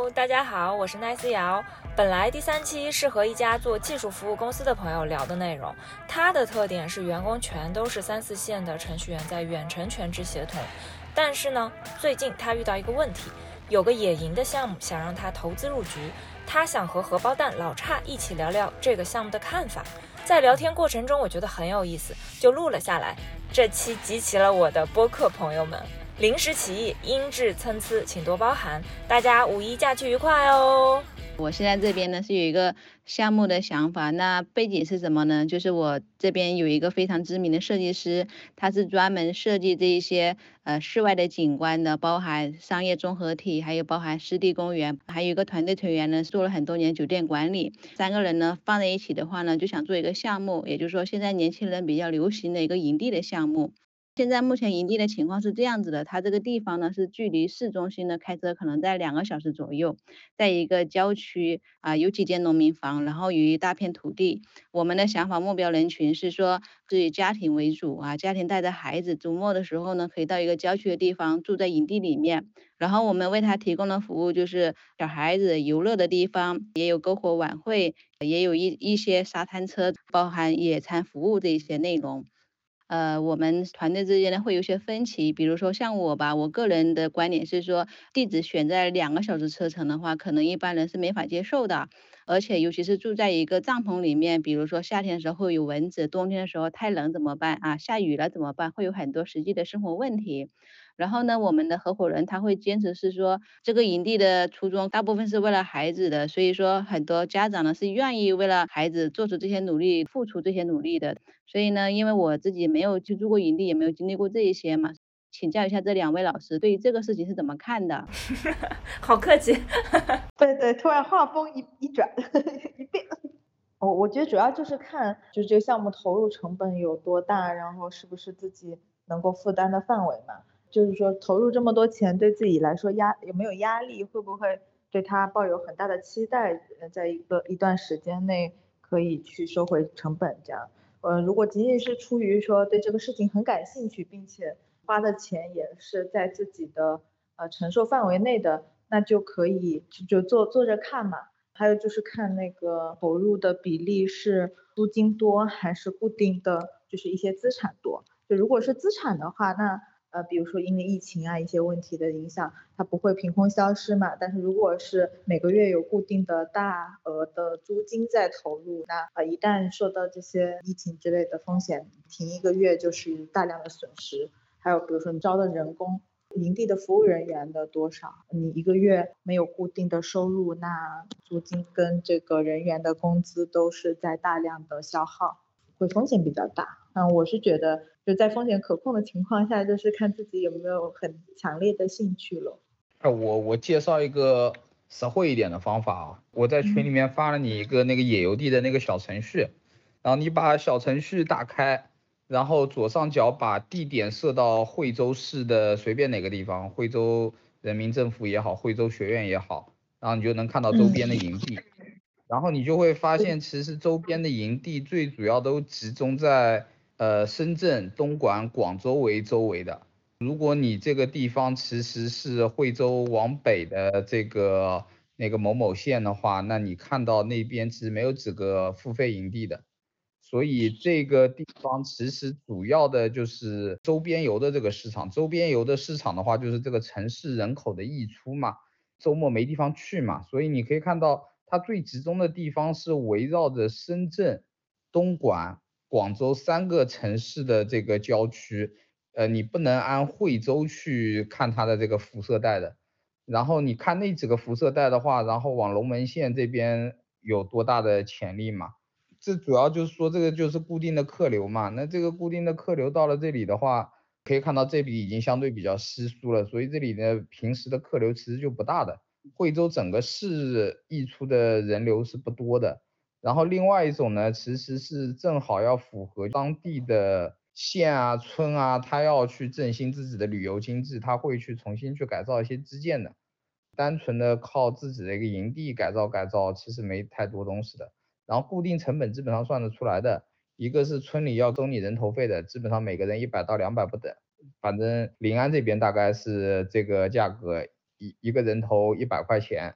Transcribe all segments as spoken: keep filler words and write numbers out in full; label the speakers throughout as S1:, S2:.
S1: Hello， 大家好，我是奈思瑶。本来第三期是和一家做技术服务公司的朋友聊的内容，它的特点是员工全都是三四线的程序员在远程全职协同。但是呢，最近他遇到一个问题，有个野营的项目想让他投资入局，他想和荷包蛋老叉一起聊聊这个项目的看法。在聊天过程中，我觉得很有意思，就录了下来。这期集齐了我的播客朋友们。临时起意，音质参差，请多包涵。大家五一假期愉快哦！
S2: 我现在这边呢是有一个项目的想法，那背景是什么呢？就是我这边有一个非常知名的设计师，他是专门设计这一些呃室外的景观的，包含商业综合体，还有包含湿地公园，还有一个团队成员呢做了很多年酒店管理，三个人呢放在一起的话呢，就想做一个项目，也就是说现在年轻人比较流行的一个营地的项目。现在目前营地的情况是这样子的，它这个地方呢是距离市中心呢开车可能在两个小时左右，在一个郊区啊，有几间农民房，然后有一大片土地。我们的想法目标人群是说是以家庭为主啊，家庭带着孩子，周末的时候呢可以到一个郊区的地方住在营地里面，然后我们为他提供的服务就是小孩子游乐的地方，也有篝火晚会，也有一一些沙滩车，包含野餐服务这一些内容。呃，我们团队之间呢会有些分歧，比如说像我吧，我个人的观点是说，地址选在两个小时车程的话，可能一般人是没法接受的，而且尤其是住在一个帐篷里面，比如说夏天的时候会有蚊子，冬天的时候太冷怎么办啊？下雨了怎么办？会有很多实际的生活问题。然后呢，我们的合伙人他会坚持是说，这个营地的初衷大部分是为了孩子的，所以说很多家长呢是愿意为了孩子做出这些努力，付出这些努力的。所以呢，因为我自己没有去住过营地，也没有经历过这一些嘛，请教一下这两位老师对于这个事情是怎么看的？
S1: 好客气。
S3: 对对，突然画风一一转一变。我我觉得主要就是看就是这个项目投入成本有多大，然后是不是自己能够负担的范围嘛。就是说投入这么多钱对自己来说压有没有压力，会不会对他抱有很大的期待，在一个一段时间内可以去收回成本这样。呃，如果仅仅是出于说对这个事情很感兴趣，并且花的钱也是在自己的呃承受范围内的，那就可以就坐坐着看嘛。还有就是看那个投入的比例是租金多还是固定的，就是一些资产多。就如果是资产的话，那呃，比如说因为疫情啊一些问题的影响，它不会凭空消失嘛。但是如果是每个月有固定的大额的租金在投入，那呃一旦受到这些疫情之类的风险，停一个月就是大量的损失。还有比如说你招的人工。营地的服务人员的多少，你一个月没有固定的收入，那租金跟这个人员的工资都是在大量的消耗，会风险比较大。那我是觉得就在风险可控的情况下，就是看自己有没有很强烈的兴趣了。
S4: 我我介绍一个实惠一点的方法啊，我在群里面发了你一个那个野游地的那个小程序，然后你把小程序打开，然后左上角把地点设到惠州市的随便哪个地方，惠州人民政府也好，惠州学院也好，然后你就能看到周边的营地，嗯、然后你就会发现其实周边的营地最主要都集中在呃深圳、东莞、广州为周围的。如果你这个地方其实是惠州往北的这个那个某某县的话，那你看到那边其实没有几个付费营地的。所以这个地方其实主要的就是周边游的这个市场，周边游的市场的话，就是这个城市人口的溢出嘛，周末没地方去嘛，所以你可以看到它最集中的地方是围绕着深圳、东莞、广州三个城市的这个郊区，呃，你不能按惠州去看它的这个辐射带的，然后你看那几个辐射带的话，然后往龙门县这边有多大的潜力嘛？这主要就是说这个就是固定的客流嘛，那这个固定的客流到了这里的话，可以看到这里已经相对比较稀疏了，所以这里的平时的客流其实就不大的。惠州整个市溢出的人流是不多的。然后另外一种呢，其实是正好要符合当地的县啊、村啊，他要去振兴自己的旅游经济，他会去重新去改造一些基建的。单纯的靠自己的一个营地改造改造，其实没太多东西的。然后固定成本基本上算得出来的，一个是村里要收你人头费的，基本上每个人一百到两百不等，反正临安这边大概是这个价格，一一个人头一百块钱，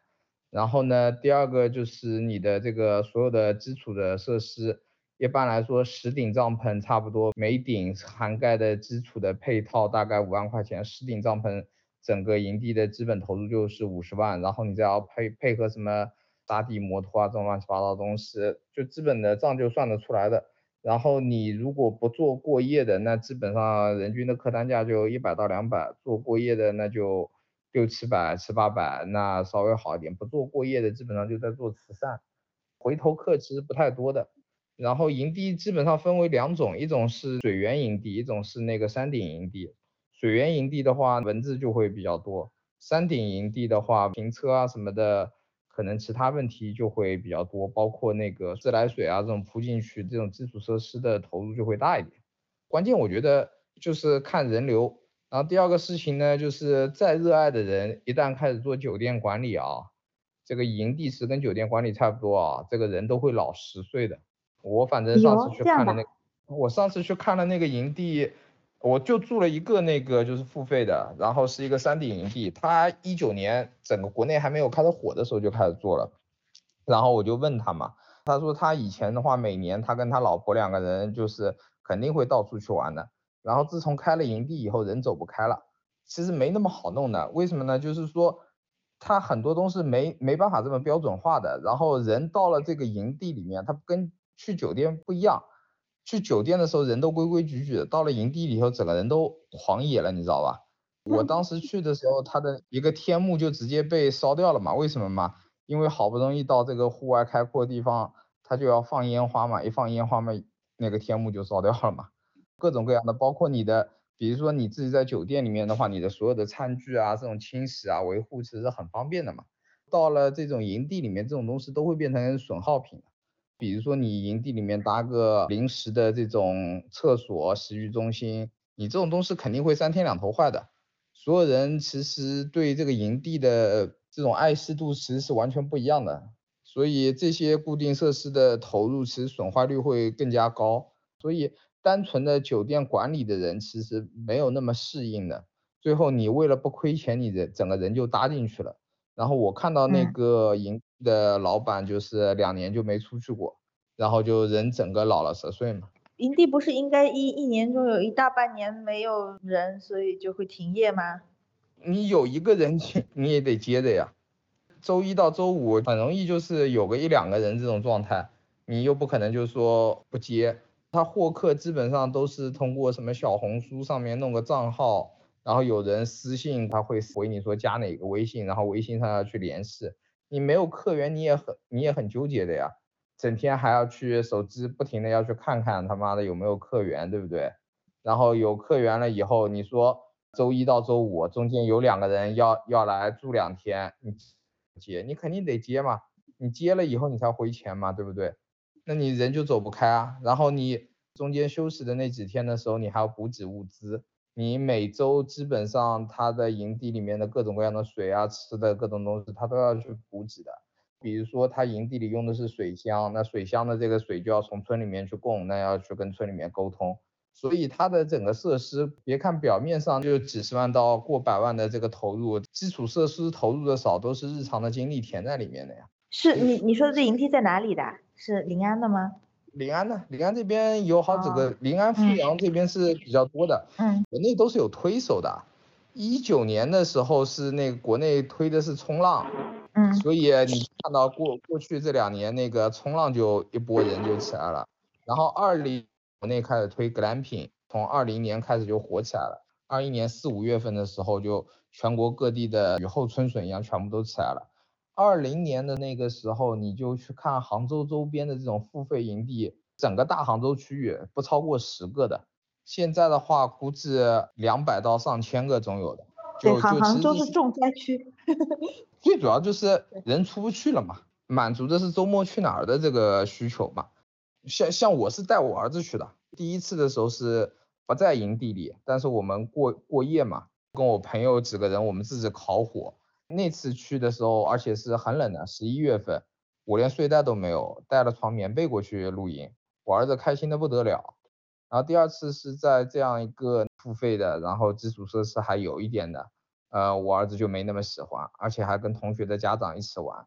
S4: 然后呢，第二个就是你的这个所有的基础的设施，一般来说十顶帐篷差不多每顶涵盖的基础的配套大概五万块钱，十顶帐篷整个营地的基本投入就是五十万，然后你再要配配合什么沙地摩托啊这种乱七八糟的东西，就基本的账就算得出来的。然后你如果不做过夜的，那基本上人均的客单价就一百到两百，做过夜的那就六七百七八百，那稍微好一点。不做过夜的基本上就在做慈善，回头客其实不太多的。然后营地基本上分为两种，一种是水源营地，一种是那个山顶营地。水源营地的话蚊子就会比较多，山顶营地的话停车啊什么的可能其他问题就会比较多，包括那个自来水啊这种铺进去，这种基础设施的投入就会大一点。关键我觉得就是看人流。然后第二个事情呢，就是再热爱的人一旦开始做酒店管理啊，这个营地是跟酒店管理差不多啊，这个人都会老十岁的。我反正上次去看了那个，我上次去看了那个营地，我就住了一个那个就是付费的，然后是一个山顶营地，他一九年整个国内还没有开始火的时候就开始做了。然后我就问他嘛，他说他以前的话每年他跟他老婆两个人就是肯定会到处去玩的，然后自从开了营地以后人走不开了，其实没那么好弄的。为什么呢？就是说他很多东西没没办法这么标准化的，然后人到了这个营地里面，他跟去酒店不一样，去酒店的时候人都规规矩矩的，到了营地里头整个人都狂野了，你知道吧？我当时去的时候他的一个天幕就直接被烧掉了嘛。为什么嘛？因为好不容易到这个户外开阔的地方，他就要放烟花嘛，一放烟花嘛，那个天幕就烧掉了嘛。各种各样的，包括你的，比如说你自己在酒店里面的话，你的所有的餐具啊，这种清洗啊、维护其实很方便的嘛。到了这种营地里面，这种东西都会变成损耗品。比如说你营地里面搭个临时的这种厕所、洗浴中心，你这种东西肯定会三天两头坏的。所有人其实对这个营地的这种爱惜度其实是完全不一样的，所以这些固定设施的投入其实损坏率会更加高，所以单纯的酒店管理的人其实没有那么适应的，最后你为了不亏钱，你的整个人就搭进去了。然后我看到那个营地的老板就是两年就没出去过，然后就人整个老了十岁嘛。
S3: 营地不是应该一一年中有一大半年没有人，所以就会停业吗？
S4: 你有一个人你也得接着呀，周一到周五很容易就是有个一两个人这种状态，你又不可能就是说不接。他获客基本上都是通过什么小红书上面弄个账号，然后有人私信他会回你说加哪个微信，然后微信上要去联系。你没有客源你也很你也很纠结的呀，整天还要去手机不停的要去看看他妈的有没有客源，对不对？然后有客源了以后，你说周一到周五中间有两个人要要来住两天，你接你肯定得接嘛，你接了以后你才回钱嘛，对不对？那你人就走不开啊。然后你中间休息的那几天的时候，你还要补给物资，你每周基本上他的营地里面的各种各样的水啊、吃的各种东西，他都要去补给的。比如说他营地里用的是水箱，那水箱的这个水就要从村里面去供，那要去跟村里面沟通。所以它的整个设施，别看表面上就几十万到过百万的这个投入，基础设施投入的少，都是日常的精力填在里面的呀。
S3: 是你你说的这营地在哪里的？是临安的吗？
S4: 临安的，临安这边有好几个，哦、临安、阜阳这边是比较多的，嗯，国内都是有推手的。一九年的时候是那个国内推的是冲浪，嗯，所以你看到过过去这两年那个冲浪就一波人就起来了，然后二零。国内开始推 glamping， 从二零年开始就火起来了。二一年四五月份的时候，就全国各地的雨后春笋一样，全部都起来了。二零年的那个时候，你就去看杭州周边的这种付费营地，整个大杭州区域不超过十个的。现在的话，估计两百到上千个总有的。
S3: 对，杭杭州是重灾区。
S4: 最主要就是人出不去了嘛，满足的是周末去哪儿的这个需求嘛。像像我是带我儿子去的，第一次的时候是不在营地里，但是我们过过夜嘛，跟我朋友几个人，我们自己烤火。那次去的时候，而且是很冷的，十一月份，我连睡袋都没有，带了床棉被过去露营，我儿子开心的不得了。然后第二次是在这样一个付费的，然后基础设施还有一点的，呃，我儿子就没那么喜欢，而且还跟同学的家长一起玩。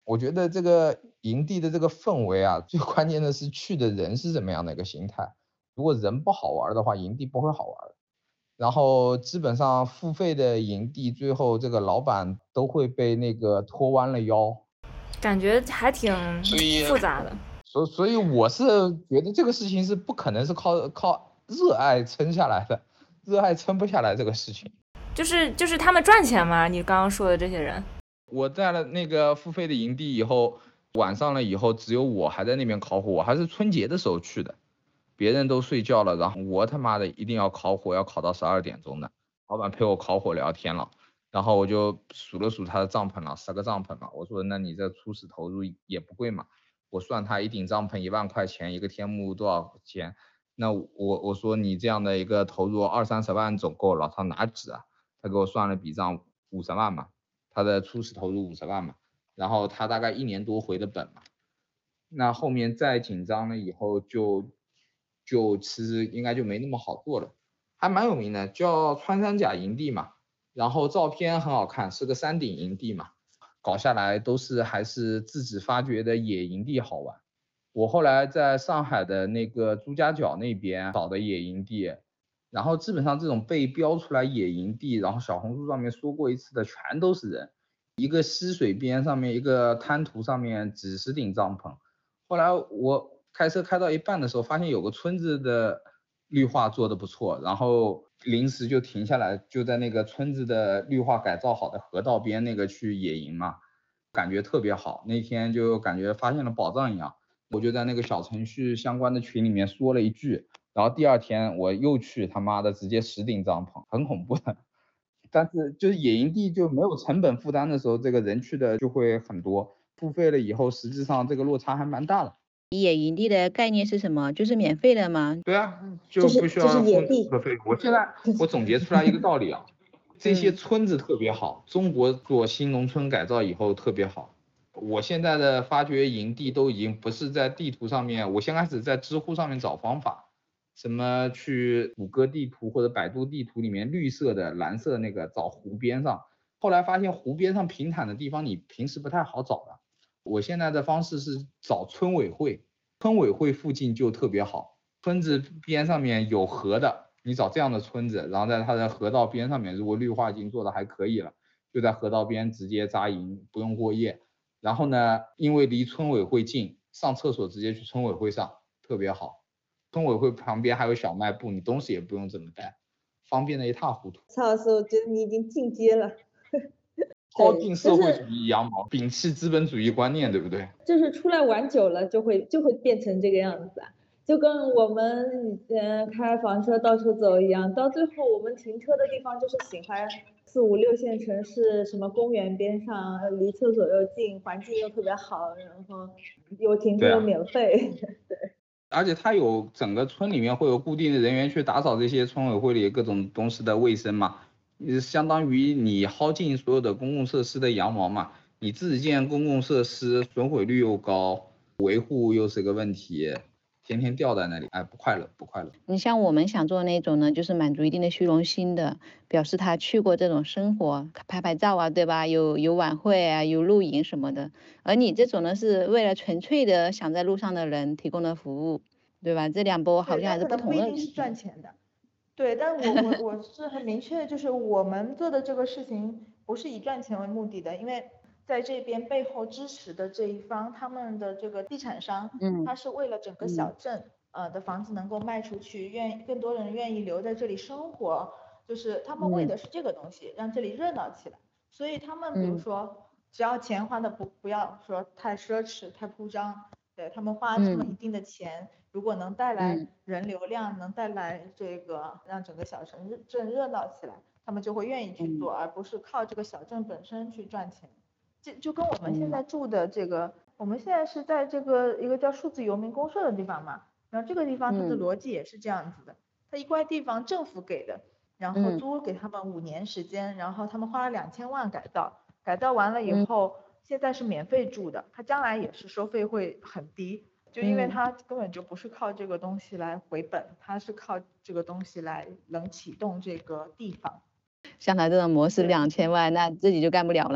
S4: 我觉得这个营地的这个氛围啊，最关键的是去的人是怎么样的一个心态。如果人不好玩的话，营地不会好玩。然后基本上付费的营地，最后这个老板都会被那个拖弯了腰，
S1: 感觉还挺复杂的。
S4: 所所以我是觉得这个事情是不可能是靠靠热爱撑下来的，热爱撑不下来这个事情。
S1: 就是就是他们赚钱吗？你刚刚说的这些人？
S4: 我在了那个付费的营地以后，晚上了以后，只有我还在那边烤火，我还是春节的时候去的。别人都睡觉了，然后我他妈的一定要烤火，要烤到十二点钟的。老板陪我烤火聊天了，然后我就数了数他的帐篷了，十个帐篷了。我说那你这初始投入也不贵嘛，我算他一顶帐篷一万块钱，一个天幕多少钱？那我我说你这样的一个投入二三十万总够了，他哪止啊？他给我算了笔账，五十万嘛，他的初始投入五十万嘛，然后他大概一年多回的本嘛。那后面再紧张了以后就。就其实应该就没那么好做了，还蛮有名的，叫穿山甲营地嘛，然后照片很好看，是个山顶营地嘛，搞下来都是还是自己发掘的野营地好玩。我后来在上海的那个朱家角那边找的野营地，然后基本上这种被标出来野营地，然后小红书上面说过一次的全都是人，一个溪水边上面一个滩涂上面几十顶帐篷。后来我开车开到一半的时候，发现有个村子的绿化做得不错，然后临时就停下来，就在那个村子的绿化改造好的河道边那个去野营嘛，感觉特别好。那天就感觉发现了宝藏一样，我就在那个小程序相关的群里面说了一句，然后第二天我又去，他妈的直接十顶帐篷，很恐怖的。但是就是野营地就没有成本负担的时候，这个人去的就会很多，付费了以后，实际上这个落差还蛮大的。
S2: 野营地的概念是什么？就是免费的吗？
S4: 对啊，就不需要付
S3: 野地
S4: 付费。我现在我总结出来一个道理啊，这些村子特别好，中国做新农村改造以后特别好。我现在的发掘营地都已经不是在地图上面，我先开始在知乎上面找方法，什么去谷歌地图或者百度地图里面绿色的、蓝色那个找湖边上，后来发现湖边上平坦的地方你平时不太好找的。我现在的方式是找村委会。村委会附近就特别好，村子边上面有河的，你找这样的村子，然后在它的河道边上面，如果绿化已经做的还可以了，就在河道边直接扎营，不用过夜。然后呢，因为离村委会近，上厕所直接去村委会上，特别好。村委会旁边还有小卖部，你东西也不用怎么带，方便的一塌糊涂。
S3: 蔡老师，我觉得你已经进阶了。
S4: 抛尽社会主义羊毛，摒弃资本主义观念，对不对？
S3: 就是出来玩久了，就会就会变成这个样子啊，就跟我们嗯开房车到处走一样，到最后我们停车的地方就是喜欢四五六线城市，什么公园边上，离厕所又近，环境又特别好，然后有停车又免费，对。
S4: 而且它有整个村里面会有固定的人员去打扫这些村委会里各种东西的卫生嘛。相当于你薅尽所有的公共设施的羊毛嘛，你自己建公共设施，损毁率又高，维护又是个问题，天天吊在那里，哎，不快乐，不快乐。
S2: 你像我们想做的那种呢，就是满足一定的虚荣心的，表示他去过这种生活，拍拍照啊，对吧？有有晚会啊，有露营什么的。而你这种呢，是为了纯粹的想在路上的人提供的服务，对吧？这两波好像还是不同的。
S3: 不一定是赚钱的。对，但我我我是很明确，就是我们做的这个事情不是以赚钱为目的的，因为在这边背后支持的这一方，他们的这个地产商，
S2: 嗯，
S3: 他是为了整个小镇呃的房子能够卖出去，愿更多人愿意留在这里生活，就是他们为的是这个东西，让这里热闹起来。所以他们比如说，只要钱花的不不要说太奢侈、太铺张，对他们花这么一定的钱。如果能带来人流量，嗯、能带来这个让整个小城镇热闹起来，他们就会愿意去做，嗯、而不是靠这个小镇本身去赚钱。就就跟我们现在住的这个，嗯、我们现在是在这个一个叫数字游民公社的地方嘛，然后这个地方它的逻辑也是这样子的，它一块地方政府给的，然后租给他们五年时间，然后他们花了两千万改造，改造完了以后，嗯、现在是免费住的，它将来也是收费会很低。就因为它根本就不是靠这个东西来回本，它是靠这个东西来能启动这个地方。
S2: 像他这种模式两千万，那自己就干不了了。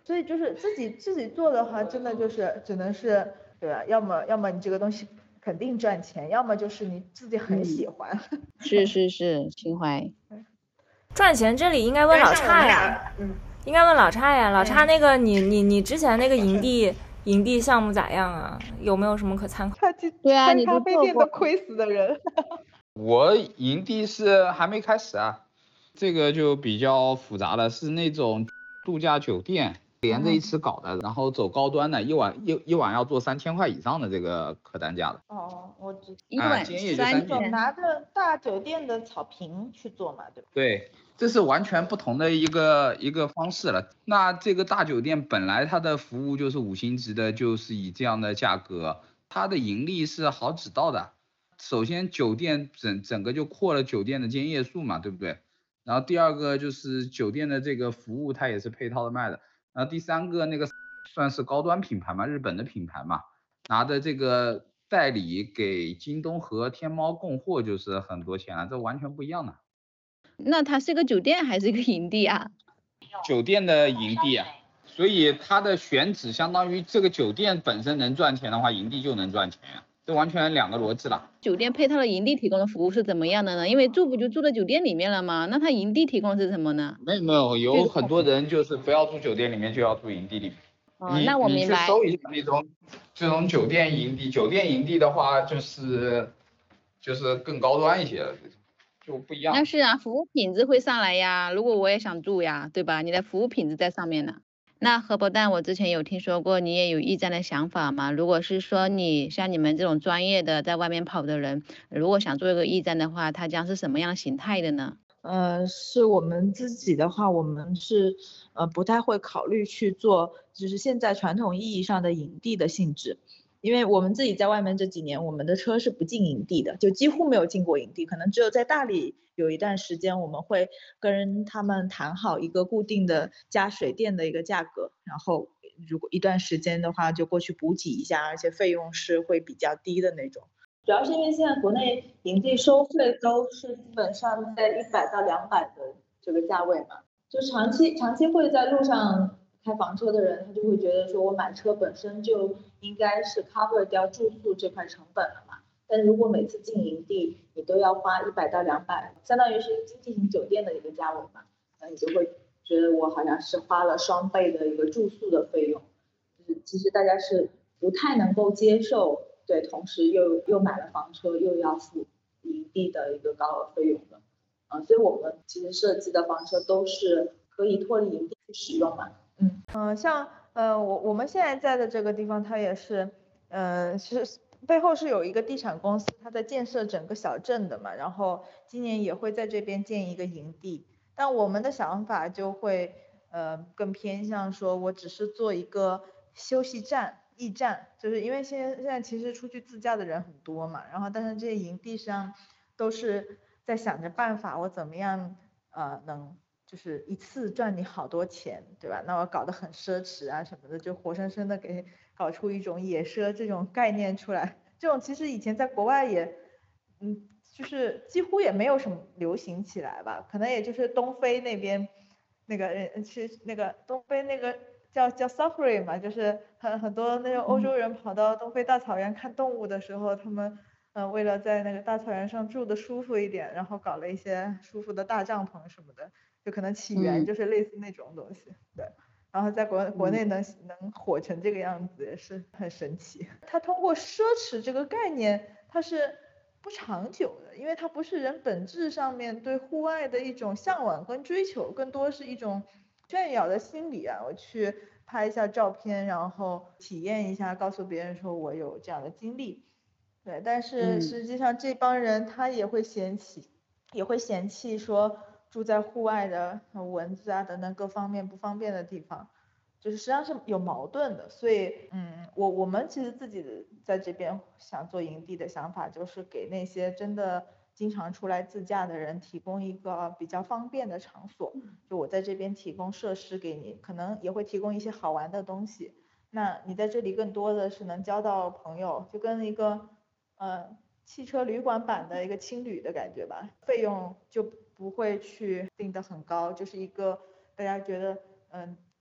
S3: 所以就是自己自己做的话，真的就是只能是对吧？要么要么你这个东西肯定赚钱，要么就是你自己很喜欢。
S2: 嗯、是是是，情怀。
S1: 赚钱这里应该问老叉呀，嗯，应该问老叉呀，老叉那个你你你之前那个营地营地项目咋样啊？有没有什么可参考？
S2: 对啊，你
S3: 咖啡店都亏死的人。
S4: 我营地是还没开始啊，这个就比较复杂了，是那种度假酒店连着一起搞的，然后走高端的，一晚一一晚要做三千块以上的这个客单价的。
S3: 哦，我知
S2: 一晚
S3: 三千，拿着大酒店的草坪去做嘛，对吧？
S4: 对，这是完全不同的一个一个方式了。那这个大酒店本来它的服务就是五星级的，就是以这样的价格，它的盈利是好几道的。首先酒店整整个就扩了酒店的间夜数嘛，对不对？然后第二个就是酒店的这个服务它也是配套的卖的。然后第三个那个算是高端品牌嘛，日本的品牌嘛，拿的这个代理给京东和天猫供货就是很多钱了，这完全不一样的。
S2: 那它是个酒店还是一个营地啊？
S4: 酒店的营地啊，所以它的选址相当于这个酒店本身能赚钱的话，营地就能赚钱，这完全两个逻辑了。
S2: 酒店配套的营地提供的服务是怎么样的呢？因为住不就住在酒店里面了吗？那它营地提供的是什么呢？
S4: 没有没有，有很多人就是不要住酒店里面，就要住营地里面。
S2: 哦，那我明白。
S4: 你去搜一下那种这种酒店营地，酒店营地的话就是就是更高端一些的这种。就不一样。
S2: 那是啊，服务品质会上来呀。如果我也想住呀，对吧？你的服务品质在上面呢。那荷包蛋，我之前有听说过你也有驿站的想法嘛？如果是说你像你们这种专业的在外面跑的人，如果想做一个驿站的话，它将是什么样形态的呢？
S3: 呃，是我们自己的话，我们是呃不太会考虑去做，就是现在传统意义上的营地的性质。因为我们自己在外面这几年，我们的车是不进营地的，就几乎没有进过营地，可能只有在大理有一段时间，我们会跟他们谈好一个固定的加水电的一个价格，然后如果一段时间的话，就过去补给一下，而且费用是会比较低的那种。主要是因为现在国内营地收费都是基本上在一百到两百的这个价位嘛，就长期长期会在路上开房车的人，他就会觉得说我买车本身就应该是 cover 掉住宿这块成本了嘛，但如果每次进营地你都要花一百到两百，相当于是经济型酒店的一个价位嘛，那你就会觉得我好像是花了双倍的一个住宿的费用，就是其实大家是不太能够接受，对，同时又又买了房车又要付营地的一个高额费用的，啊、呃，所以我们其实设计的房车都是可以脱离营地去使用嘛。嗯嗯、呃，像呃我我们现在在的这个地方，它也是，呃是背后是有一个地产公司，它在建设整个小镇的嘛，然后今年也会在这边建一个营地，但我们的想法就会呃更偏向说，我只是做一个休息站、驿站，就是因为现在现在其实出去自驾的人很多嘛，然后但是这些营地上都是在想着办法，我怎么样呃能。就是一次赚你好多钱，对吧？那我搞得很奢侈啊什么的，就活生生的给搞出一种野奢这种概念出来。这种其实以前在国外也，嗯，就是几乎也没有什么流行起来吧，可能也就是东非那边那个人是那个东非那个叫叫 safari 嘛，就是很很多那种欧洲人跑到东非大草原看动物的时候，他们嗯、呃、为了在那个大草原上住的舒服一点，然后搞了一些舒服的大帐篷什么的。就可能起源就是类似那种东西，嗯、对，然后在国国内能、嗯、能火成这个样子也是很神奇。它通过奢侈这个概念，它是不长久的，因为它不是人本质上面对户外的一种向往跟追求，更多是一种炫耀的心理啊。我去拍一下照片，然后体验一下，告诉别人说我有这样的经历，对，但是实际上这帮人他也会嫌弃，嗯、也会嫌弃说。住在户外的蚊子啊等等各方面不方便的地方，就是实际上是有矛盾的。所以嗯，我我们其实自己在这边想做营地的想法，就是给那些真的经常出来自驾的人提供一个比较方便的场所。就我在这边提供设施给你，可能也会提供一些好玩的东西。那你在这里更多的是能交到朋友，就跟一个呃汽车旅馆版的一个青旅的感觉吧，费用就不会去定得很高，就是一个大家觉得嗯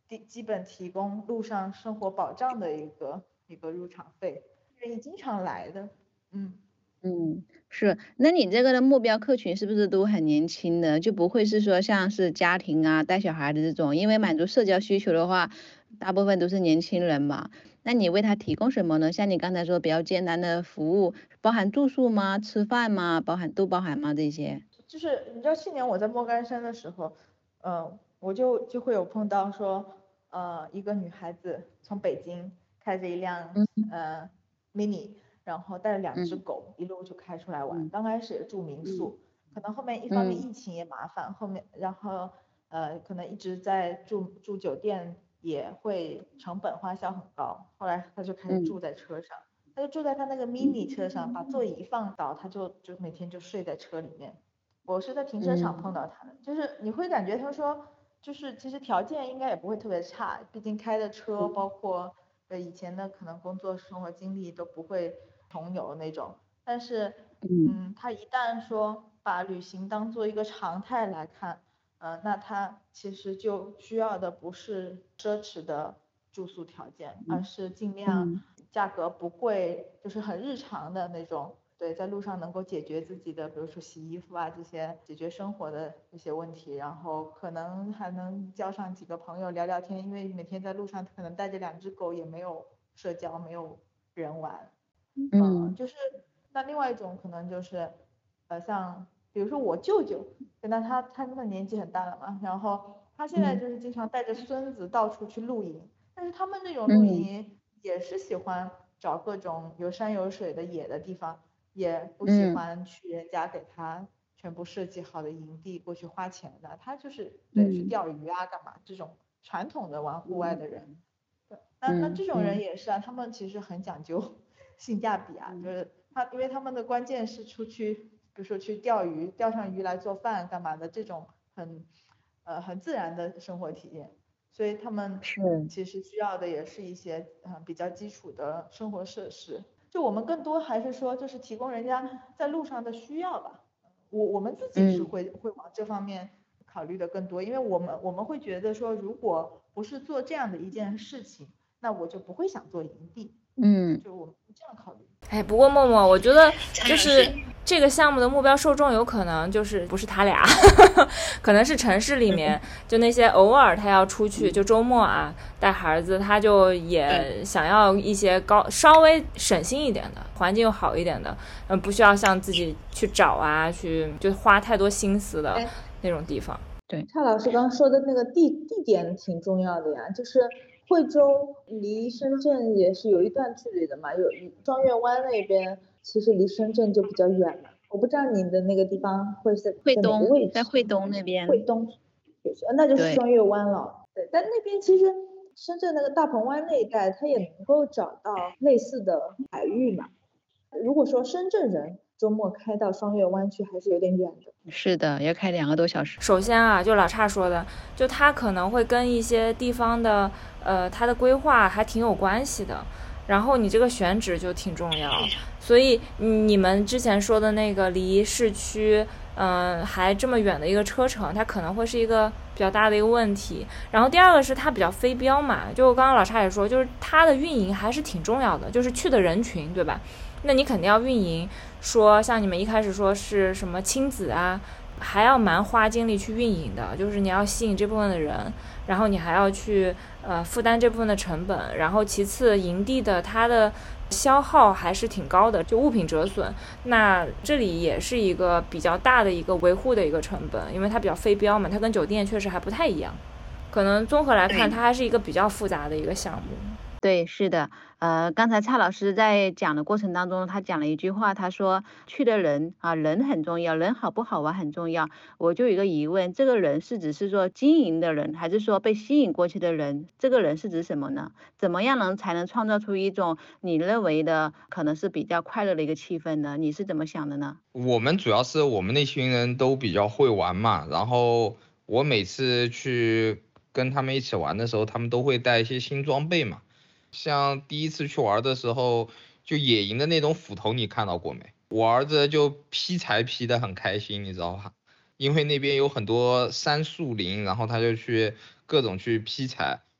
S3: 基基本提供路上生活保障的一个一个入场费，愿意经常来的。嗯
S2: 嗯，是。那你这个的目标客群是不是都很年轻的？就不会是说像是家庭啊、带小孩的这种，因为满足社交需求的话，大部分都是年轻人嘛。那你为他提供什么呢？像你刚才说比较艰难的服务，包含住宿吗？吃饭吗？包含都包含吗？这些？
S3: 就是你知道去年我在莫干山的时候，嗯、呃，我就就会有碰到说，呃，一个女孩子从北京开着一辆
S2: 嗯
S3: 呃 mini，然后带着两只
S2: 嗯
S3: 狗一路就开出来玩。
S2: 嗯
S3: 刚开始也住民
S2: 嗯
S3: 宿，可能后面一方面
S2: 嗯
S3: 疫情也麻烦，后面然后呃可能一直在住住酒店也会成本花销很高，后来他就开始住
S2: 嗯
S3: 在车上。他就住在他那个 mini 车上，把座椅放倒，他就就每天就睡在车里面。我是在停车场碰
S2: 嗯
S3: 到他的，就是你会感觉他说，就是其实条件应该也不会特别差，毕竟开的车，包括呃以前的可能工作生活经历都不会重有那种。但是，
S2: 嗯
S3: 嗯，他一旦说把旅行当做一个常态来看，呃，那他其实就需要的不是奢侈的住宿条件，而是尽量
S2: 嗯
S3: 价格不贵，就是很日常的那种，对，在路上能够解决自己的，比如说洗衣服啊这些解决生活的一些问题，然后可能还能交上几个朋友聊聊天，因为每天在路上可能带着两只狗也没有社交，没有人玩，嗯、
S2: 嗯
S3: 就是那另外一种可能就是，呃，像比如说我舅舅，跟他他他那年纪很大了嘛，然后他现在
S2: 嗯
S3: 就是经常带着孙子到处去露营，但是他们那种露
S2: 嗯
S3: 营也是喜欢找各种有山有水的野的地方，也不喜
S2: 嗯
S3: 欢去人家给他全部设计好的营地过去花钱的，他就是对去
S2: 嗯
S3: 钓鱼啊干嘛这种传统的玩户外的人。对，那那
S2: 嗯
S3: 这种人
S2: 嗯
S3: 也是啊，他们其实很讲究性价比啊，就是他因为他们的关键是出去，比如说去钓鱼，钓上鱼来做饭干嘛的这种很呃很自然的生活体验，所以他们
S2: 是
S3: 其实需要的也是一些呃比较基础的生活设施。就我们更多还是说就是提供人家在路上的需要吧。我我们自己是
S2: 嗯
S3: 会会往这方面考虑的更多，因为我们我们会觉得说，如果不是做这样的一件事情，那我就不会想做营地，
S2: 嗯。
S3: 就我们会这样考虑。
S1: 哎，不过默默，我觉得就是这个项目的目标受众有可能就是不是他俩，可能是城市里面就那些偶尔他要出去，就周末啊带孩子，他就也想要一些高稍微省心一点的环境又好一点的，嗯，不需要像自己去找啊，去就花太多心思的那种地方。
S2: 对，
S3: 蔡老师刚刚说的那个地地点挺重要的呀，就是惠州离深圳也是有一段距离的嘛，有双月湾那边其实离深圳就比较远了。我不知道你的那个地方会在
S2: 惠
S3: 在哪个
S2: 东
S3: 位置？
S2: 在惠东那边。
S3: 惠东，那就是
S2: 对
S3: 双月湾了。对，但那边其实深圳那个大鹏湾那一带，它也能够找到类似的海域嘛。如果说深圳人周末开到双月湾去，还是有点远的。
S2: 是的，要开两个多小时。
S1: 首先啊，就老叉说的，就它可能会跟一些地方的呃它的规划还挺有关系的，然后你这个选址就挺重要，所以你们之前说的那个离市区嗯、呃、还这么远的一个车程，它可能会是一个比较大的一个问题。然后第二个是它比较非标嘛，就刚刚老叉也说，就是它的运营还是挺重要的，就是去的人群对吧，那你肯定要运营，说像你们一开始说是什么亲子啊，还要蛮花精力去运营的，就是你要吸引这部分的人，然后你还要去呃负担这部分的成本，然后其次营地的它的消耗还是挺高的，就物品折损，那这里也是一个比较大的一个维护的一个成本，因为它比较非标嘛，它跟酒店确实还不太一样，可能综合来看它还是一个比较复杂的一个项目。
S2: 对，是的，呃，刚才蔡老师在讲的过程当中，他讲了一句话，他说去的人啊，人很重要，人好不好玩很重要。我就有一个疑问，这个人是指是说经营的人，还是说被吸引过去的人？这个人是指什么呢？怎么样能才能创造出一种你认为的可能是比较快乐的一个气氛呢？你是怎么想的呢？
S4: 我们主要是我们那群人都比较会玩嘛，然后我每次去跟他们一起玩的时候，他们都会带一些新装备嘛。像第一次去玩的时候，就野营的那种斧头，你看到过没？我儿子就劈柴劈得很开心，你知道吧？因为那边有很多杉树林，然后他就去各种去劈柴，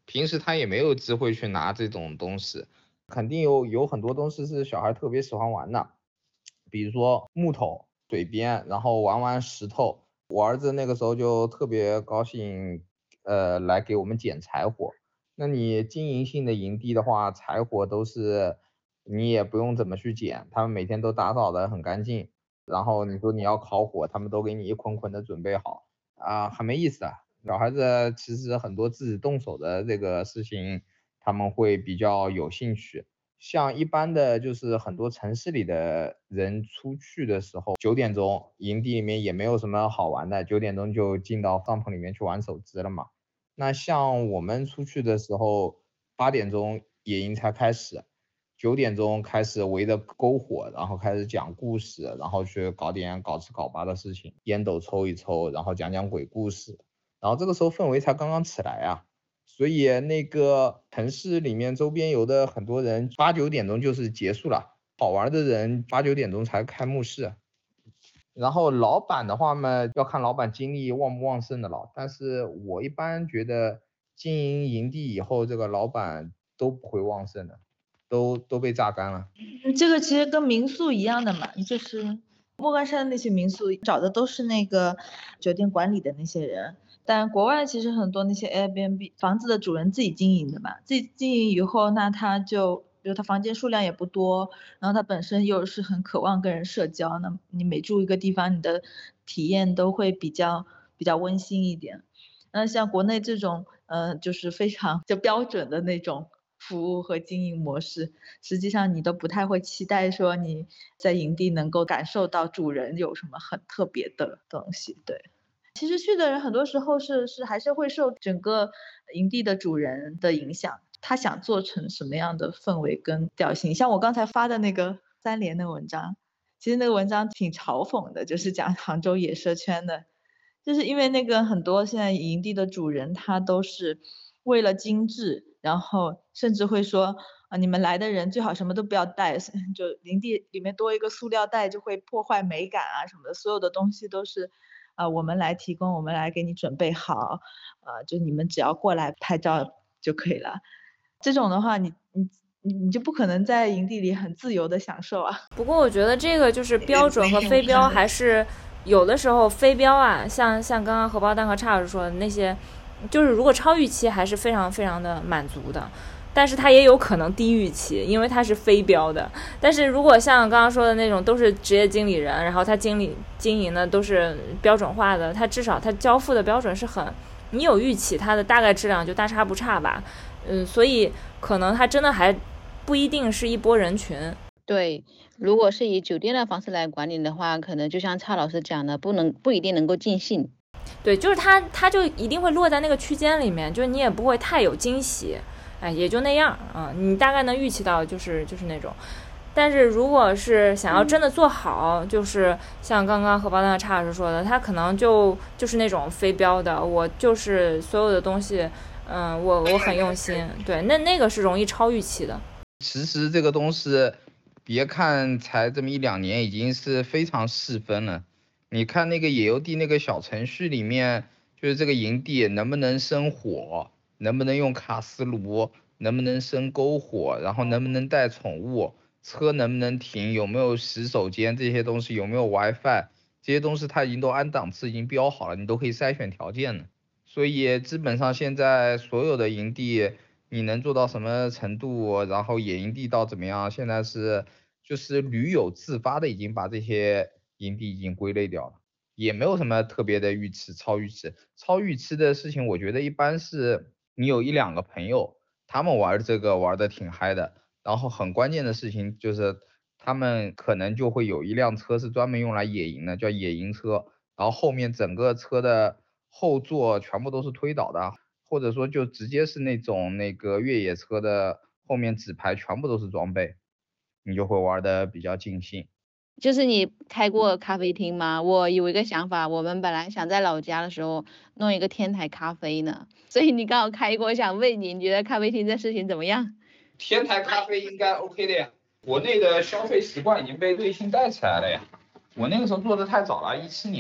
S4: 平时他也没有机会去拿这种东西，肯定有有很多东西是小孩特别喜欢玩的，比如说木头、水边，然后玩玩石头。我儿子那个时候就特别高兴，呃，来给我们捡柴火。那你经营性的营地的话，柴火都是你也不用怎么去捡，他们每天都打扫的很干净。然后你说你要烤火，他们都给你一捆捆的准备好啊，很没意思啊。小孩子其实很多自己动手的这个事情，他们会比较有兴趣。像一般的就是很多城市里的人出去的时候，九点钟营地里面也没有什么好玩的，九点钟就进到帐篷里面去玩手机了嘛。那像我们出去的时候，八点钟野营才开始，九点钟开始围着篝火，然后开始讲故事，然后去搞点搞吃搞吧的事情，烟斗抽一抽，然后讲讲鬼故事，然后这个时候氛围才刚刚起来啊。所以那个城市里面周边游的很多人八九点钟就是结束了，好玩的人八九点钟才开幕式。然后老板的话嘛，要看老板精力旺不旺盛的了，但是我一般觉得经营营地以后，这个老板都不会旺盛的，都都被榨干了。
S3: 这个其实跟民宿一样的嘛，就是莫干山的那些民宿找的都是那个酒店管理的那些人。但国外其实很多那些 Airbnb 房子的主人自己经营的嘛，自己经营以后，那他就比如他房间数量也不多，然后他本身又是很渴望跟人社交，那你每住一个地方，你的体验都会比较比较温馨一点。那像国内这种呃就是非常就标准的那种服务和经营模式，实际上你都不太会期待说你在营地能够感受到主人有什么很特别的东西。对，其实去的人很多时候是是还是会受整个营地的主人的影响，他想做成什么样的氛围跟调性。像我刚才发的那个三联的文章，其实那个文章挺嘲讽的，就是讲杭州野社圈的，就是因为那个很多现在营地的主人他都是为了精致，然后甚至会说啊，你们来的人最好什么都不要带，就营地里面多一个塑料袋就会破坏美感啊什么的，所有的东西都是啊、呃、我们来提供，我们来给你准备好，呃，就你们只要过来拍照就可以了。这种的话你你你就不可能在营地里很自由的享受啊。
S1: 不过我觉得这个就是标准和非标还是有的时候非标啊，像像刚刚荷包蛋和叉老师说的那些，就是如果超预期还是非常非常的满足的，但是它也有可能低预期，因为它是非标的。但是如果像刚刚说的那种都是职业经理人，然后他经理经营的都是标准化的，他至少他交付的标准是很，你有预期它的大概质量就大差不差吧。嗯，所以可能它真的还不一定是一波人群。
S2: 对，如果是以酒店的方式来管理的话，可能就像蔡老师讲的，不能不一定能够尽兴。
S1: 对，就是它它就一定会落在那个区间里面，就是你也不会太有惊喜，哎，也就那样啊、嗯，你大概能预期到就是就是那种。但是如果是想要真的做好，嗯、就是像刚刚荷包蛋的叉老师说的，他可能就就是那种非标的，我就是所有的东西，嗯，我我很用心，对，那那个是容易超预期的。
S4: 其实这个东西，别看才这么一两年，已经是非常细分了。你看那个野游地那个小程序里面，就是这个营地能不能生火，能不能用卡斯炉，能不能生篝火，然后能不能带宠物，车能不能停，有没有洗手间，这些东西有没有 WiFi， 这些东西它已经都按档次已经标好了，你都可以筛选条件了。所以基本上现在所有的营地，你能做到什么程度，然后野营地道怎么样，现在是就是驴友自发的已经把这些营地已经归类掉了，也没有什么特别的预期超预期超预期的事情。我觉得一般是你有一两个朋友，他们玩这个玩的挺嗨的，然后很关键的事情就是他们可能就会有一辆车是专门用来野营的，叫野营车，然后后面整个车的后座全部都是推倒的，或者说就直接是那种那个越野车的后面纸牌全部都是装备，你就会玩的比较尽兴。
S2: 就是你开过咖啡厅吗？我有一个想法，我们本来想在老家的时候弄一个天台咖啡呢，所以你刚好开过，想问你，你觉得咖啡厅这事情怎么样？
S4: 天台咖啡应该 OK 的呀，国内的消费习惯已经被瑞幸带起来了呀。我那个时候做的太早了，一七年，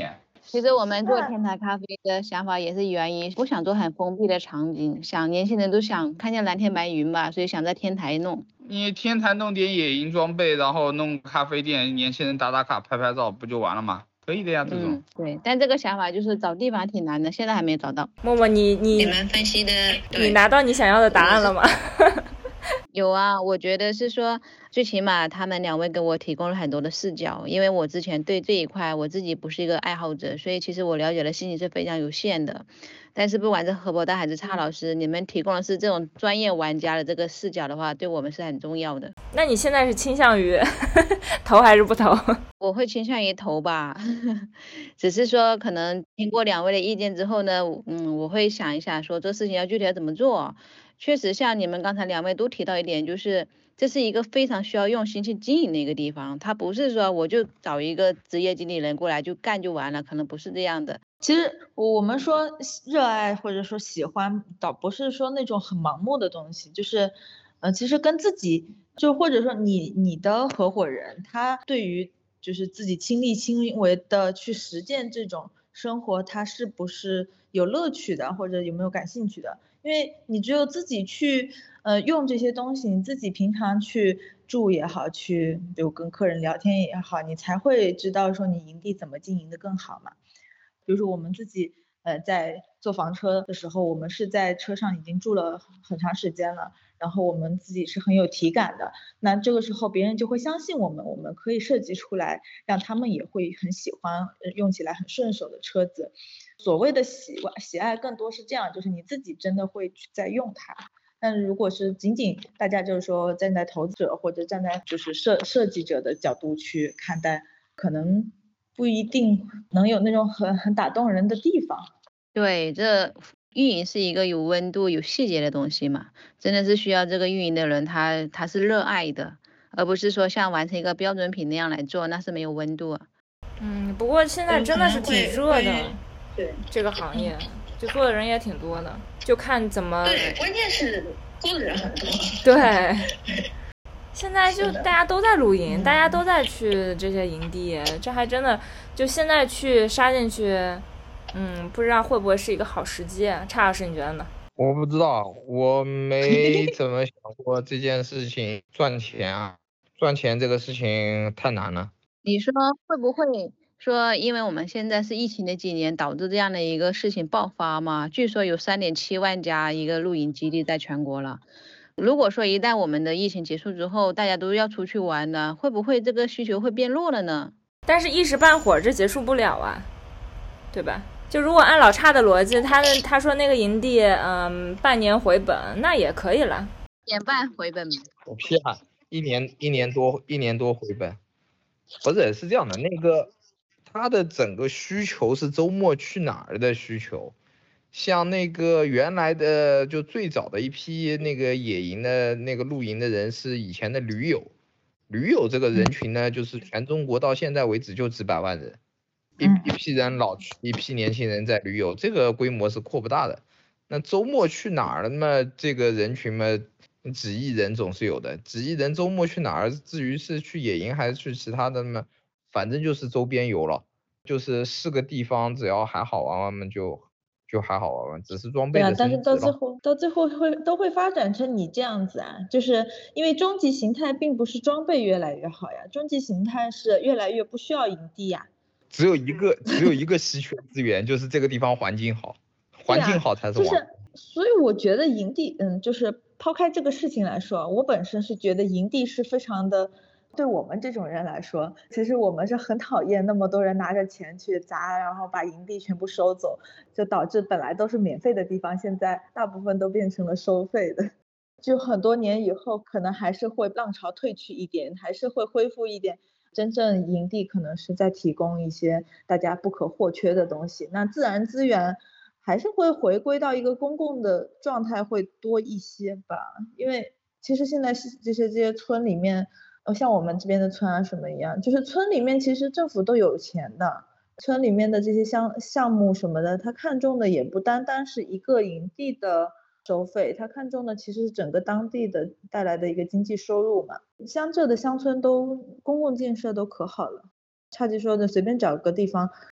S2: 其实我们做
S3: 那
S2: 天台咖啡的想法也是源于不想做很封闭的场景，想年轻人都想看见蓝天白云吧，所以想在天台弄。
S4: 你天台弄点野营装备，然后弄咖啡店，年轻人打打卡、拍拍照，不就完了吗？可以的呀，这种。
S2: 嗯，对，但这个想法就是找地方挺难的，现在还没找到。
S1: 默默，你你
S2: 你们分析的，
S1: 你
S2: 对，
S1: 拿到你想要的答案了吗？
S2: 有啊，我觉得是说，最起码他们两位给我提供了很多的视角，因为我之前对这一块我自己不是一个爱好者，所以其实我了解的信息是非常有限的。但是不管是何博大还是蔡老师，你们提供的是这种专业玩家的这个视角的话，对我们是很重要的。
S1: 那你现在是倾向于投还是不投？
S2: 我会倾向于投吧，只是说可能听过两位的意见之后呢，嗯，我会想一想说这事情要具体要怎么做。确实像你们刚才两位都提到一点，就是这是一个非常需要用心去经营的一个地方，它不是说我就找一个职业经理人过来就干就完了，可能不是这样的。
S3: 其实我们说热爱或者说喜欢，倒不是说那种很盲目的东西，就是呃，其实跟自己就或者说你你的合伙人，他对于就是自己亲力亲为的去实践这种生活，他是不是有乐趣的，或者有没有感兴趣的？因为你只有自己去呃用这些东西，你自己平常去住也好，去比如跟客人聊天也好，你才会知道说你营地怎么经营的更好嘛。比如说我们自己呃在做房车的时候，我们是在车上已经住了很长时间了，然后我们自己是很有体感的，那这个时候别人就会相信我们，我们可以设计出来让他们也会很喜欢用起来很顺手的车子。所谓的喜喜爱更多是这样，就是你自己真的会去在用它。但如果是仅仅大家就是说站在投资者或者站在就是设设计者的角度去看待，可能不一定能有那种很很打动人的地方。
S2: 对，这运营是一个有温度、有细节的东西嘛，真的是需要这个运营的人他他是热爱的，而不是说像完成一个标准品那样来做，那是没有温度啊。
S1: 嗯，不过现在真的是挺热的，
S3: 对
S1: 这个行业，就做的人也挺多的，就看怎么。
S2: 对，关键是做的人很多。
S1: 对。现在就大家都在露营，大家都在去这些营地，这还真的就现在去杀进去，嗯，不知道会不会是一个好时机啊？蔡老师你觉得呢？
S4: 我不知道，我没怎么想过这件事情赚钱啊，赚钱这个事情太难了。
S2: 你说会不会说，因为我们现在是疫情的几年，导致这样的一个事情爆发嘛？据说有三点七万家一个露营基地在全国了。如果说一旦我们的疫情结束之后，大家都要出去玩呢，会不会这个需求会变弱了呢？
S1: 但是一时半会儿这结束不了啊，对吧？就如果按老差的逻辑，他他说那个营地，嗯，半年回本，那也可以了。
S2: 年半回本？
S4: 我屁啊！一年一年多一年多回本，不是是这样的，那个他的整个需求是周末去哪儿的需求。像那个原来的就最早的一批那个野营的那个露营的人是以前的驴友，驴友这个人群呢，就是全中国到现在为止就几百万人，一一批人老去，一批年轻人在驴友，这个规模是扩不大的。那周末去哪儿了嘛？这个人群嘛，几亿人总是有的，几亿人周末去哪儿？至于是去野营还是去其他的嘛，反正就是周边游了，就是是个地方，只要还好玩玩嘛就。就还好玩玩，只是装备的升级了。
S3: 对啊，但是到最后，到最后会都会发展成你这样子啊，就是因为终极形态并不是装备越来越好呀，终极形态是越来越不需要营地呀。
S4: 只有一个，只有一个稀缺资源，就是这个地方环境好，环境好才是王。
S3: 就是，所以我觉得营地，嗯，就是抛开这个事情来说，我本身是觉得营地是非常的。对我们这种人来说，其实我们是很讨厌那么多人拿着钱去砸，然后把营地全部收走，就导致本来都是免费的地方，现在大部分都变成了收费的。就很多年以后，可能还是会浪潮退去一点，还是会恢复一点。真正营地可能是在提供一些大家不可或缺的东西，那自然资源还是会回归到一个公共的状态会多一些吧。因为其实现在这些这些村里面。像我们这边的村啊什么一样，就是村里面其实政府都有钱的，村里面的这些项项目什么的，他看中的也不单单是一个营地的收费，他看中的其实是整个当地的带来的一个经济收入嘛。江浙的乡村都公共建设都可好了，差距说的随便找个地方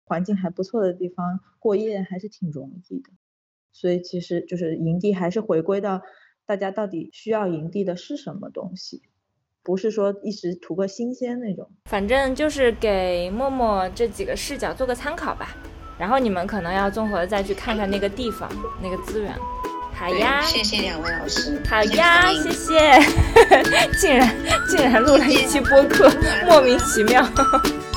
S3: 环境还不错的地方过夜还是挺容易的。所以其实就是营地还是回归到大家到底需要营地的是什么东西，不是说一时图个新鲜那种。
S1: 反正就是给默默这几个视角做个参考吧，然后你们可能要综合再去看看那个地方那个资源。好呀，
S2: 谢谢两位老师。
S1: 好呀，谢谢。竟然竟然录了一期播客，莫名其妙。